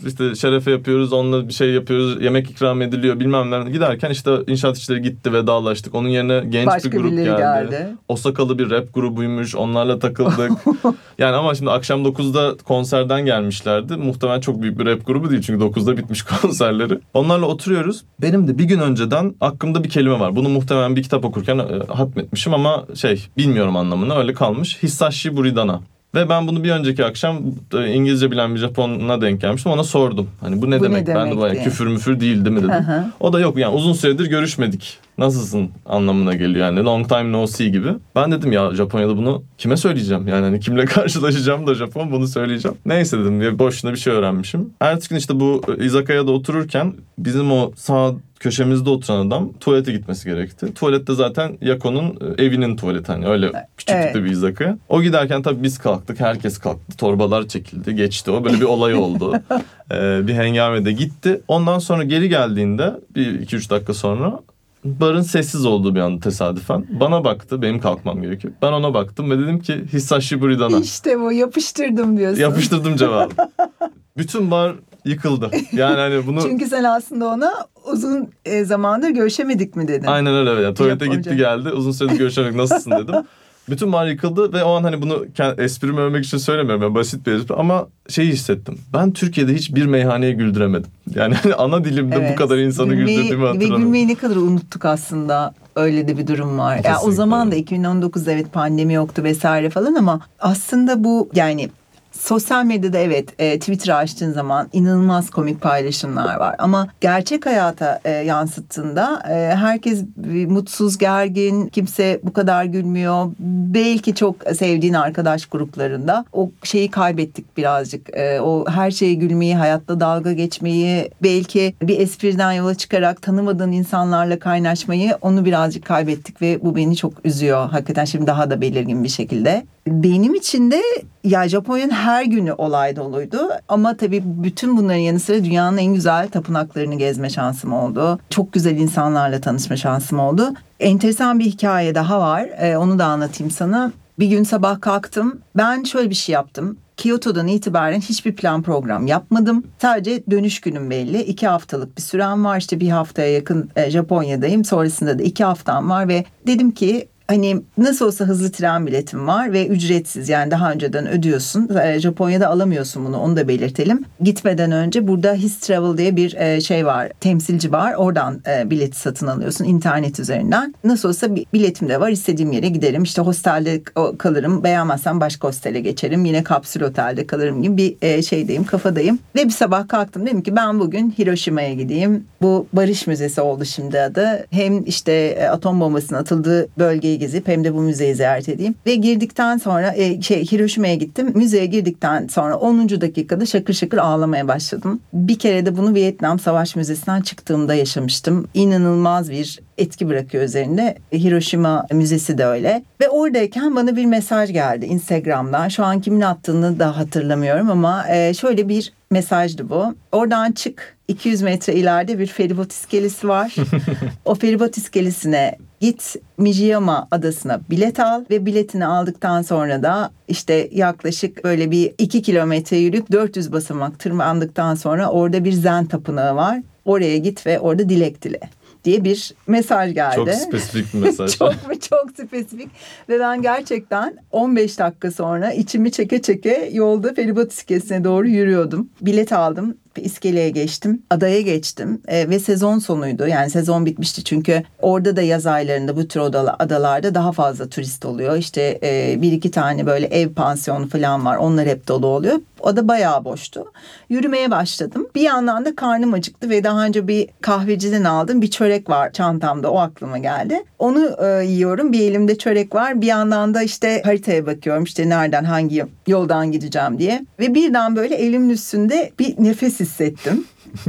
işte şerefe yapıyoruz, onunla bir şey yapıyoruz, yemek ikram ediliyor bilmem ne. Giderken işte inşaat işleri gitti, vedalaştık. Onun yerine genç Başka bir grup birileri geldi. Osakalı bir rap grubuymuş, onlarla takıldık. Yani ama şimdi akşam 9'da konserden gelmişlerdi. Muhtemelen çok büyük bir rap grubu değil çünkü 9'da bitmiş konserleri. Onlarla oturuyoruz. Benim de bir gün önceden aklımda bir kelime var. Bunu muhtemelen bir kitap okurken hatmetmişim ama bilmiyorum anlamını, öyle kalmış. Hisashi Buridana. Ve ben bunu bir önceki akşam İngilizce bilen bir Japon'a denk gelmiştim. Ona sordum. Hani bu ne demek? Ben de bayağı küfür müfür değil mi dedim. O da yok yani uzun süredir görüşmedik. Nasılsın anlamına geliyor yani. Long time no see gibi. Ben dedim ya Japonya'da bunu kime söyleyeceğim? Yani hani kimle karşılaşacağım da Japon bunu söyleyeceğim. Neyse dedim ya boşuna bir şey öğrenmişim. Ertesi gün işte bu izakaya'da otururken bizim o sağ köşemizde oturan adam tuvalete gitmesi gerekti. Tuvalette zaten Yako'nun evinin tuvaleti, hani öyle küçük bir izakaya. O giderken tabii biz kalktık, herkes kalktı, torbalar çekildi, geçti o. Böyle bir olay oldu. Bir hengamede gitti. Ondan sonra geri geldiğinde 1-2-3 dakika sonra barın sessiz olduğu bir anda tesadüfen bana baktı, benim kalkmam gerekiyor. Ben ona baktım ve dedim ki Hisashi Buridana. İşte bu, yapıştırdım diyorsun. Yapıştırdım cevabı. Bütün bar yıkıldı. Yani hani bunu... Çünkü sen aslında ona uzun zamandır görüşemedik mi dedin. Aynen öyle. Yani tuvalete gitti geldi. Uzun süredir görüşemedik, nasılsın dedim. Bütün bar yıkıldı ve o an hani bunu esprimi övmek için söylemiyorum. Yani basit bir espri ama hissettim. Ben Türkiye'de hiçbir meyhaneye güldüremedim. Yani hani ana dilimde bu kadar insanı güldürdüğümü hatırlamıyorum. Ve gülmeyi ne kadar unuttuk aslında. Öyle de bir durum var. Ya o zaman da 2019'da evet pandemi yoktu vesaire falan ama aslında bu yani sosyal medyada Twitter açtığın zaman inanılmaz komik paylaşımlar var. Ama gerçek hayata yansıttığında herkes mutsuz, gergin, kimse bu kadar gülmüyor. Belki çok sevdiğin arkadaş gruplarında o şeyi kaybettik birazcık. O her şeye gülmeyi, hayatta dalga geçmeyi, belki bir espriden yola çıkarak tanımadığın insanlarla kaynaşmayı, onu birazcık kaybettik ve bu beni çok üzüyor. Hakikaten şimdi daha da belirgin bir şekilde. Benim için de ya Japonya'nın her günü olay doluydu. Ama tabii bütün bunların yanı sıra dünyanın en güzel tapınaklarını gezme şansım oldu. Çok güzel insanlarla tanışma şansım oldu. Enteresan bir hikaye daha var. Onu da anlatayım sana. Bir gün sabah kalktım. Ben şöyle bir şey yaptım. Kyoto'dan itibaren hiçbir plan program yapmadım. Sadece dönüş günüm belli. 2 haftalık bir sürem var. İşte bir haftaya yakın Japonya'dayım. Sonrasında da 2 haftam var ve dedim ki hani nasıl olsa hızlı tren biletim var ve ücretsiz, yani daha önceden ödüyorsun. Japonya'da alamıyorsun bunu, onu da belirtelim. Gitmeden önce burada His Travel diye bir var, temsilci var. Oradan bileti satın alıyorsun internet üzerinden. Nasıl olsa bir biletim de var, istediğim yere giderim. İşte hostelde kalırım, beğenmezsem başka hostele geçerim. Yine kapsül otelde kalırım gibi bir kafadayım. Ve bir sabah kalktım, dedim ki ben bugün Hiroşima'ya gideyim. Bu Barış Müzesi oldu şimdi adı. Hem işte atom bombasının atıldığı bölgeyi gezip hem de bu müzeyi ziyaret edeyim. Ve girdikten sonra Hiroşima'ya gittim. Müzeye girdikten sonra 10. dakikada şakır şakır ağlamaya başladım. Bir kere de bunu Vietnam Savaş Müzesi'nden çıktığımda yaşamıştım. İnanılmaz bir etki bırakıyor üzerinde. Hiroşima Müzesi de öyle. Ve oradayken bana bir mesaj geldi Instagram'dan. Şu an kimin attığını da hatırlamıyorum ama şöyle bir mesajdı bu. Oradan çık, 200 metre ileride bir feribot iskelesi var. O feribot iskelesine git, Mijiyama adasına bilet al ve biletini aldıktan sonra da işte yaklaşık böyle bir 2 kilometre yürüyüp 400 basamak tırmandıktan sonra orada bir Zen tapınağı var. Oraya git ve orada dilek dile diye bir mesaj geldi. Çok spesifik bir mesaj. çok spesifik ve ben gerçekten 15 dakika sonra içimi çeke çeke yolda feribot iskelesine doğru yürüyordum. Bilet aldım. İskeleye geçtim, adaya geçtim ve sezon sonuydu. Yani sezon bitmişti çünkü orada da yaz aylarında bu tür adalarda daha fazla turist oluyor. İşte 1-2 tane böyle ev pansiyonu falan var. Onlar hep dolu oluyor. O da bayağı boştu. Yürümeye başladım. Bir yandan da karnım acıktı ve daha önce bir kahveciden aldığım bir çörek var çantamda. O aklıma geldi. Onu yiyorum. Bir elimde çörek var. Bir yandan da işte haritaya bakıyorum. İşte nereden, hangi yoldan gideceğim diye. Ve birden böyle elimin üstünde bir nefes hissettim.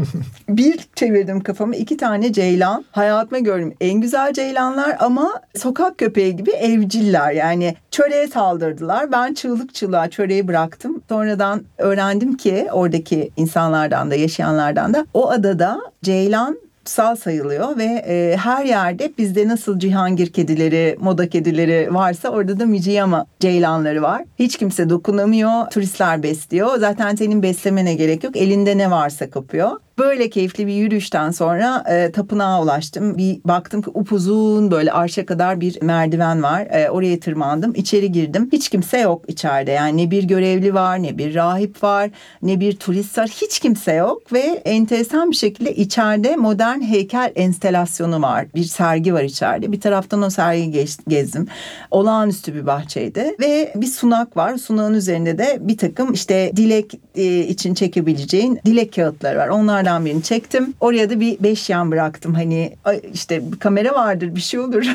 Bir çevirdim kafamı, 2 tane ceylan. Hayatıma gördüğüm en güzel ceylanlar ama sokak köpeği gibi evciller. Yani çöreğe saldırdılar. Ben çığlık çığlığa çöreği bıraktım. Sonradan öğrendim ki oradaki insanlardan da yaşayanlardan da o adada ceylan kutsal sayılıyor ve her yerde bizde nasıl Cihangir kedileri, moda kedileri varsa orada da Mijiyama ceylanları var. Hiç kimse dokunamıyor, turistler besliyor. Zaten senin beslemene gerek yok, elinde ne varsa kapıyor. Böyle keyifli bir yürüyüşten sonra tapınağa ulaştım. Bir baktım ki upuzun böyle arşa kadar bir merdiven var. Oraya tırmandım. İçeri girdim. Hiç kimse yok içeride. Yani ne bir görevli var, ne bir rahip var, ne bir turist var. Hiç kimse yok ve enteresan bir şekilde içeride modern heykel enstelasyonu var. Bir sergi var içeride. Bir taraftan o sergiyi gezdim. Olağanüstü bir bahçeydi ve bir sunak var. Sunağın üzerinde de bir takım işte dilek için çekebileceğin dilek kağıtları var. Onlardan birini çektim. Oraya da bir 5 yan bıraktım. Hani işte bir kamera vardır, bir şey olur.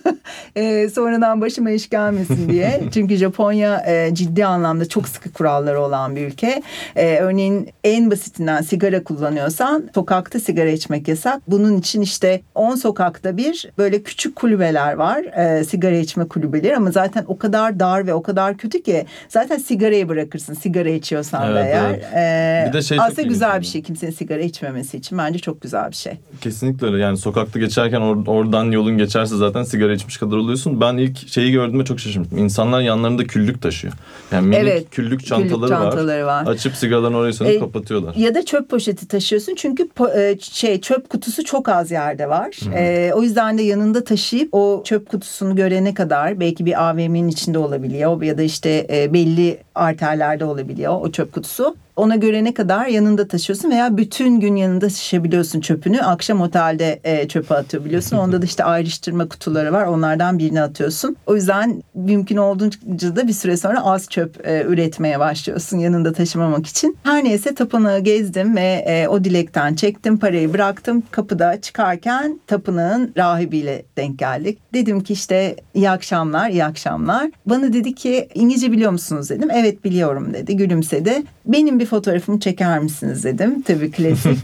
Sonradan başıma iş gelmesin diye. Çünkü Japonya ciddi anlamda çok sıkı kuralları olan bir ülke. Örneğin en basitinden sigara kullanıyorsan sokakta sigara içmek yasak. Bunun için işte 10 sokakta bir böyle küçük kulübeler var. Sigara içme kulübeleri ama zaten o kadar dar ve o kadar kötü ki zaten sigarayı bırakırsın. Sigara içiyorsan da eğer. Bir de şey aslında güzel bir şey. Kimsenin sigara içmemesi için bence çok güzel bir şey. Kesinlikle öyle. Yani sokakta geçerken oradan yolun geçerse zaten sigara içmiş kadar oluyorsun. Ben ilk şeyi gördüğümde çok şaşırmıştım. İnsanlar yanlarında küllük taşıyor. Yani minik küllük çantaları var. Açıp sigaralarını oraya sanıp kapatıyorlar. Ya da çöp poşeti taşıyorsun çünkü çöp kutusu çok az yerde var. O yüzden de yanında taşıyıp o çöp kutusunu görene kadar belki bir AVM'nin içinde olabiliyor ya da işte belli arterlerde olabiliyor o çöp kutusu. Ona görene kadar yanında taşıyorsun veya bütün gün yanında taşıyabiliyorsun çöpünü. Akşam otelde çöpe atabiliyorsun. Onda da işte ayrıştırma kutuları var. Onlardan birini atıyorsun. O yüzden mümkün olduğunca da bir süre sonra az çöp üretmeye başlıyorsun yanında taşımamak için. Her neyse tapınağı gezdim ve o dilekten çektim. Parayı bıraktım. Kapıda çıkarken tapınağın rahibiyle denk geldik. Dedim ki işte iyi akşamlar, iyi akşamlar. Bana dedi ki İngilizce biliyor musunuz dedim. Evet biliyorum dedi. Gülümsedi. Benim bir fotoğrafımı çeker misiniz dedim. Tabii klasik.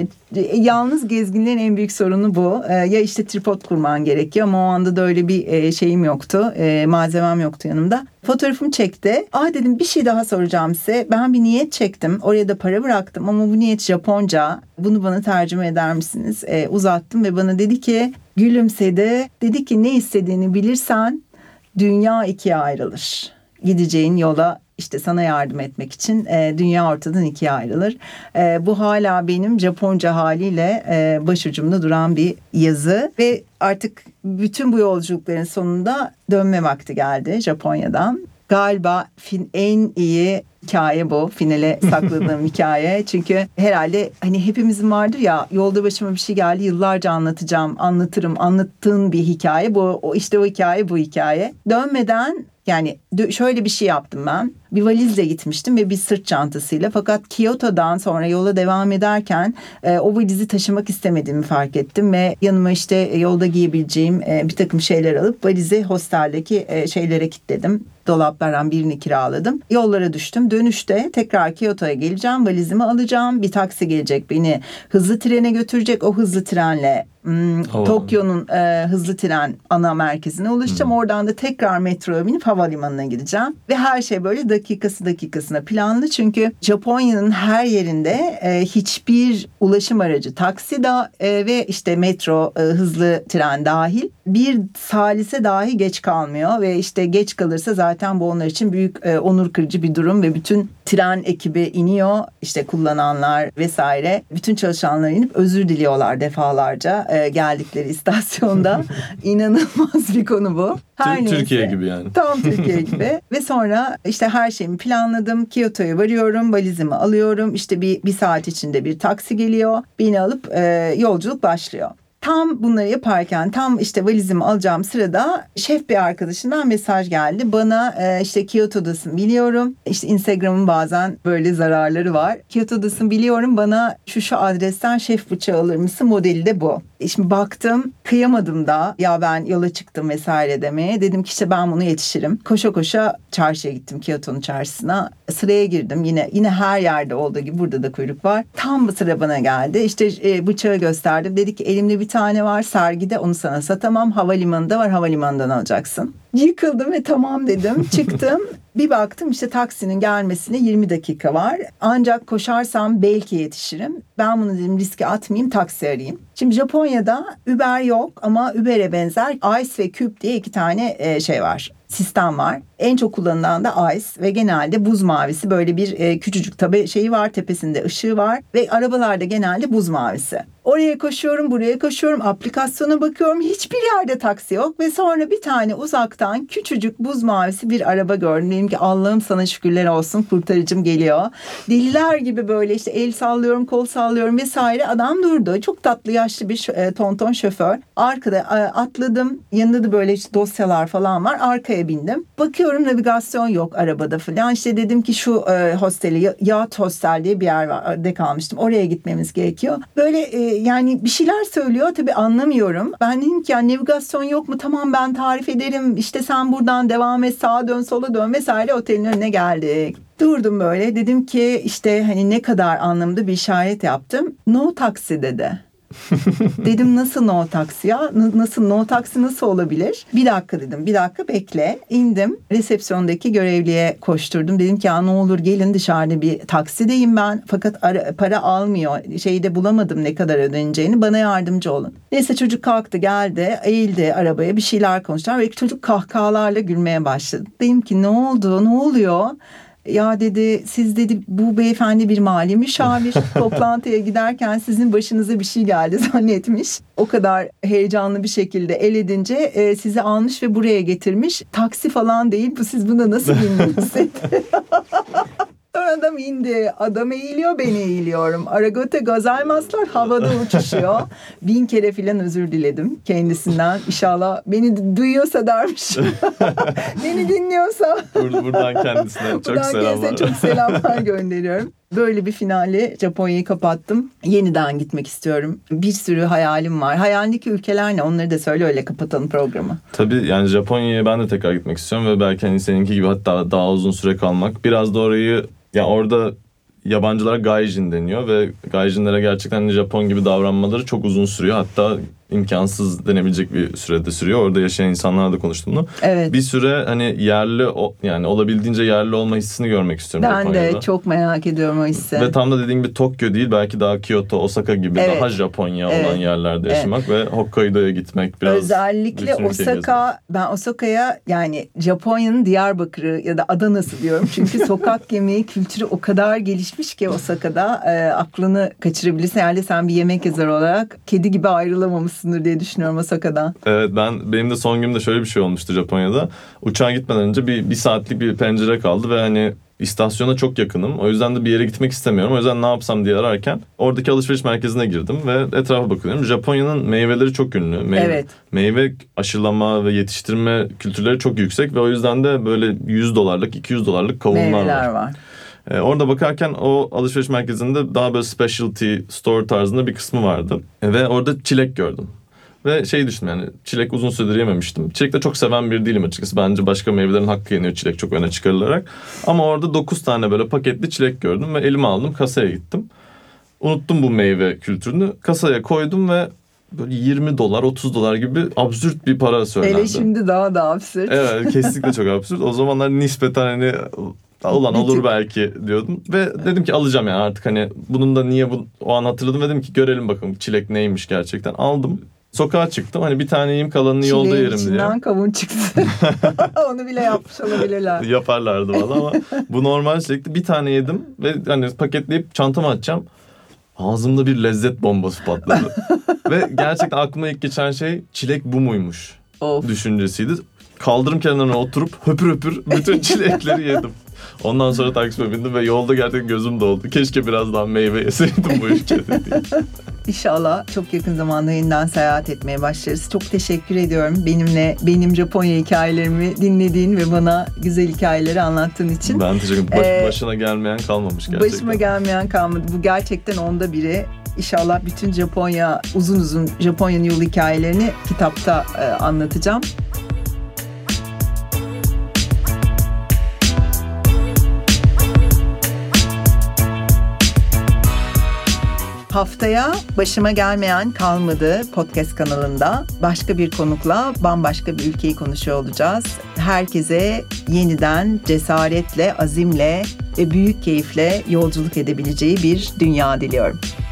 Yalnız gezginlerin en büyük sorunu bu. Ya işte tripod kurman gerekiyor ama o anda da öyle bir şeyim yoktu. Malzemem yoktu yanımda. Fotoğrafımı çekti. Dedim bir şey daha soracağım size. Ben bir niyet çektim. Oraya da para bıraktım ama bu niyet Japonca. Bunu bana tercüme eder misiniz? Uzattım ve bana dedi ki gülümsedi. Dedi ki ne istediğini bilirsen dünya ikiye ayrılır. Gideceğin yola işte sana yardım etmek için dünya ortadan ikiye ayrılır. Bu hala benim Japonca haliyle başucumda duran bir yazı ve artık bütün bu yolculukların sonunda dönme vakti geldi Japonya'dan. Galiba en iyi hikaye bu. Finale sakladığım hikaye. Çünkü herhalde hani hepimizin vardır ya yolda başıma bir şey geldi yıllarca anlatacağım, anlatırım, anlattığın bir hikaye. İşte o hikaye bu hikaye. Dönmeden yani şöyle bir şey yaptım ben. Bir valizle gitmiştim ve bir sırt çantasıyla. Fakat Kyoto'dan sonra yola devam ederken o valizi taşımak istemediğimi fark ettim. Ve yanıma işte yolda giyebileceğim bir takım şeyler alıp valizi hosteldeki şeylere kilitledim. Dolaplardan birini kiraladım. Yollara düştüm. Dönüşte tekrar Kyoto'ya geleceğim. Valizimi alacağım. Bir taksi gelecek beni hızlı trene götürecek. O hızlı trenle Tokyo'nun hızlı tren ana merkezine ulaşacağım. Oradan da tekrar metroya binip havalimanına gideceğim. Ve her şey böyle dakikasına planlı. Çünkü Japonya'nın her yerinde hiçbir ulaşım aracı taksi ve işte metro hızlı tren dahil bir salise dahi geç kalmıyor. Ve işte geç kalırsa zaten bu onlar için büyük onur kırıcı bir durum ve bütün tren ekibi iniyor. İşte kullananlar vesaire. Bütün çalışanlar inip özür diliyorlar defalarca geldikleri istasyonda. İnanılmaz bir konu bu. Türkiye gibi yani. Tam Türkiye gibi. Ve sonra işte her şeyimi planladım. Kyoto'ya varıyorum. Valizimi alıyorum. İşte bir saat içinde bir taksi geliyor. Beni alıp yolculuk başlıyor. Tam bunları yaparken tam işte valizimi alacağım sırada şef bir arkadaşından mesaj geldi. Bana işte Kyoto'dasın biliyorum. İşte Instagram'ın bazen böyle zararları var. Kyoto'dasın biliyorum bana şu adresten şef bıçağı alır mısın? Modeli de bu. Şimdi baktım kıyamadım da ya ben yola çıktım vesaire demeye. Dedim ki işte ben bunu yetişirim. Koşa koşa çarşıya gittim Kyoto'nun çarşısına. Sıraya girdim yine her yerde olduğu gibi burada da kuyruk var. Tam bu sıra bana geldi. İşte bıçağı gösterdim. Dedi ki elimde bir tane var sergide onu sana satamam. Havalimanında var havalimanından alacaksın. Yıkıldım ve tamam dedim. Çıktım. Bir baktım işte taksinin gelmesine 20 dakika var. Ancak koşarsam belki yetişirim. Ben bunu dedim riske atmayayım, taksi arayayım. Şimdi Japonya'da Uber yok ama Uber'e benzer Ice ve Cube diye 2 tane şey var. Sistem var. En çok kullanılan da Ice ve genelde buz mavisi, böyle bir küçücük tabii şeyi var, tepesinde ışığı var ve arabalarda genelde buz mavisi. Oraya koşuyorum, buraya koşuyorum, aplikasyona bakıyorum, hiçbir yerde taksi yok ve sonra bir tane uzaktan küçücük buz mavisi bir araba gördüm. Dedim ki Allah'ım sana şükürler olsun, kurtarıcım geliyor. Deliler gibi böyle işte el sallıyorum, kol sallıyorum vesaire. Adam durdu. Çok tatlı yaşlı bir tonton şoför. Arkada atladım. Yanında da böyle işte dosyalar falan var. Arkaya bindim. Bakıyorum navigasyon yok arabada falan. İşte dedim ki şu hosteli, Yacht Hostel diye bir yerde kalmıştım. Oraya gitmemiz gerekiyor. Böyle yani bir şeyler söylüyor. Tabii anlamıyorum. Ben dedim ki ya navigasyon yok mu? Tamam ben tarif ederim. İşte sen buradan devam et, sağa dön, sola dön vesaire. Otelin önüne geldik. Durdum böyle. Dedim ki işte hani ne kadar anlamda bir işaret yaptım. No taksi dedi. Dedim nasıl no taksi ya? Nasıl no taksi nasıl olabilir? Bir dakika dedim. Bir dakika bekle. İndim. Resepsiyondaki görevliye koşturdum. Dedim ki ya ne olur gelin, dışarıda bir taksideyim ben. Fakat para almıyor. Şeyi de bulamadım ne kadar ödeneceğini. Bana yardımcı olun. Neyse çocuk kalktı, geldi. Eğildi arabaya, bir şeyler konuştular. Ve çocuk kahkahalarla gülmeye başladı. Dedim ki ne oldu? Ne oluyor? Ya dedi, siz dedi bu beyefendi bir mali müşavir, toplantıya giderken sizin başınıza bir şey geldi zannetmiş. O kadar heyecanlı bir şekilde el edince sizi almış ve buraya getirmiş. Taksi falan değil bu, siz buna nasıl bindiniz? Sonra adam indi. Adam eğiliyor, ben eğiliyorum. Aragote gazaymaslar havada uçuşuyor. 1000 kere filan özür diledim kendisinden. İnşallah beni duyuyorsa dermiş. Beni dinliyorsa. Buradan kendisine çok selamlar. Çok selamlar gönderiyorum. Böyle bir finalle Japonya'yı kapattım. Yeniden gitmek istiyorum. Bir sürü hayalim var. Hayalindeki ülkeler ne? Onları da söyle, öyle kapatalım programı. Tabii yani Japonya'ya ben de tekrar gitmek istiyorum ve belki hani seninki gibi hatta daha uzun süre kalmak. Biraz da orayı, ya orada yabancılara gaijin deniyor ve gaijinlere gerçekten Japon gibi davranmaları çok uzun sürüyor. Hatta imkansız denebilecek bir sürede sürüyor. Orada yaşayan insanlarla da konuştum bunu. Evet. Bir süre hani yerli, yani olabildiğince yerli olma hissini görmek istiyorum Ben Japonya'da. de çok merak ediyorum o hissi. Ve tam da dediğim gibi Tokyo değil, belki daha Kyoto, Osaka gibi daha Japonya olan yerlerde yaşamak ve Hokkaido'ya gitmek biraz. Özellikle Osaka, ben Osaka'ya yani Japonya'nın Diyarbakır'ı ya da Adana'sı diyorum. Çünkü sokak yemeği kültürü o kadar gelişmiş ki Osaka'da aklını kaçırabilirsin. Herhalde sen bir yemek yazarı olarak kedi gibi ayrılamamışsındır diye düşünüyorum Osaka'dan. Evet, benim de son günümde şöyle bir şey olmuştu Japonya'da. Uçağa gitmeden önce bir saatlik bir pencere kaldı ve hani istasyona çok yakınım. O yüzden de bir yere gitmek istemiyorum. O yüzden ne yapsam diye ararken oradaki alışveriş merkezine girdim ve etrafa bakıyorum. Japonya'nın meyveleri çok ünlü. Meyve aşılama ve yetiştirme kültürleri çok yüksek ve o yüzden de böyle $100, $200 kavunlar meyveler var. Orada bakarken o alışveriş merkezinde daha böyle specialty store tarzında bir kısmı vardı. Ve orada çilek gördüm. Ve şey düşündüm, yani çilek uzun süredir yememiştim. Çilek de çok seven biri değilim açıkçası. Bence başka meyvelerin hakkı yeniyor çilek çok öne çıkarılarak. Ama orada 9 tane böyle paketli çilek gördüm ve elime aldım, kasaya gittim. Unuttum bu meyve kültürünü. Kasaya koydum ve böyle $20, $30 gibi absürt bir para söylendi. Hele şimdi daha da absürt. Evet, kesinlikle çok absürt. O zamanlar nispeten hani ulan olur belki diyordum ve dedim ki alacağım yani artık, hani bunun da niye o an hatırladım ve dedim ki görelim bakalım çilek neymiş gerçekten. Aldım. Sokağa çıktım. Hani bir tane yiyeyim, kalanını yolda yerim diye. Çileğin içinden kavun çıktı. Onu bile yapmış olabilirler. Yaparlardı valla ama bu normal çilekti. Bir tane yedim ve hani paketleyip çantama atacağım. Ağzımda bir lezzet bombası patladı. Ve gerçekten aklıma ilk geçen şey çilek bu muymuş düşüncesiydi. Kaldırım kenarına oturup höpür höpür bütün çilekleri yedim. Ondan sonra taksime bindim ve yolda gerçekten gözüm doldu. Keşke biraz daha meyve yeseydim bu ülkede diye. İnşallah çok yakın zamanda yeniden seyahat etmeye başlarız. Çok teşekkür ediyorum benim Japonya hikayelerimi dinlediğin ve bana güzel hikayeleri anlattığın için. Ben teşekkür ederim. Başına gelmeyen kalmamış gerçekten. Başıma gelmeyen kalmadı. Bu gerçekten onda biri. İnşallah bütün uzun Japonya'nın yol hikayelerini kitapta anlatacağım. Haftaya Başıma Gelmeyen Kalmadı podcast kanalında başka bir konukla bambaşka bir ülkeyi konuşuyor olacağız. Herkese yeniden cesaretle, azimle ve büyük keyifle yolculuk edebileceği bir dünya diliyorum.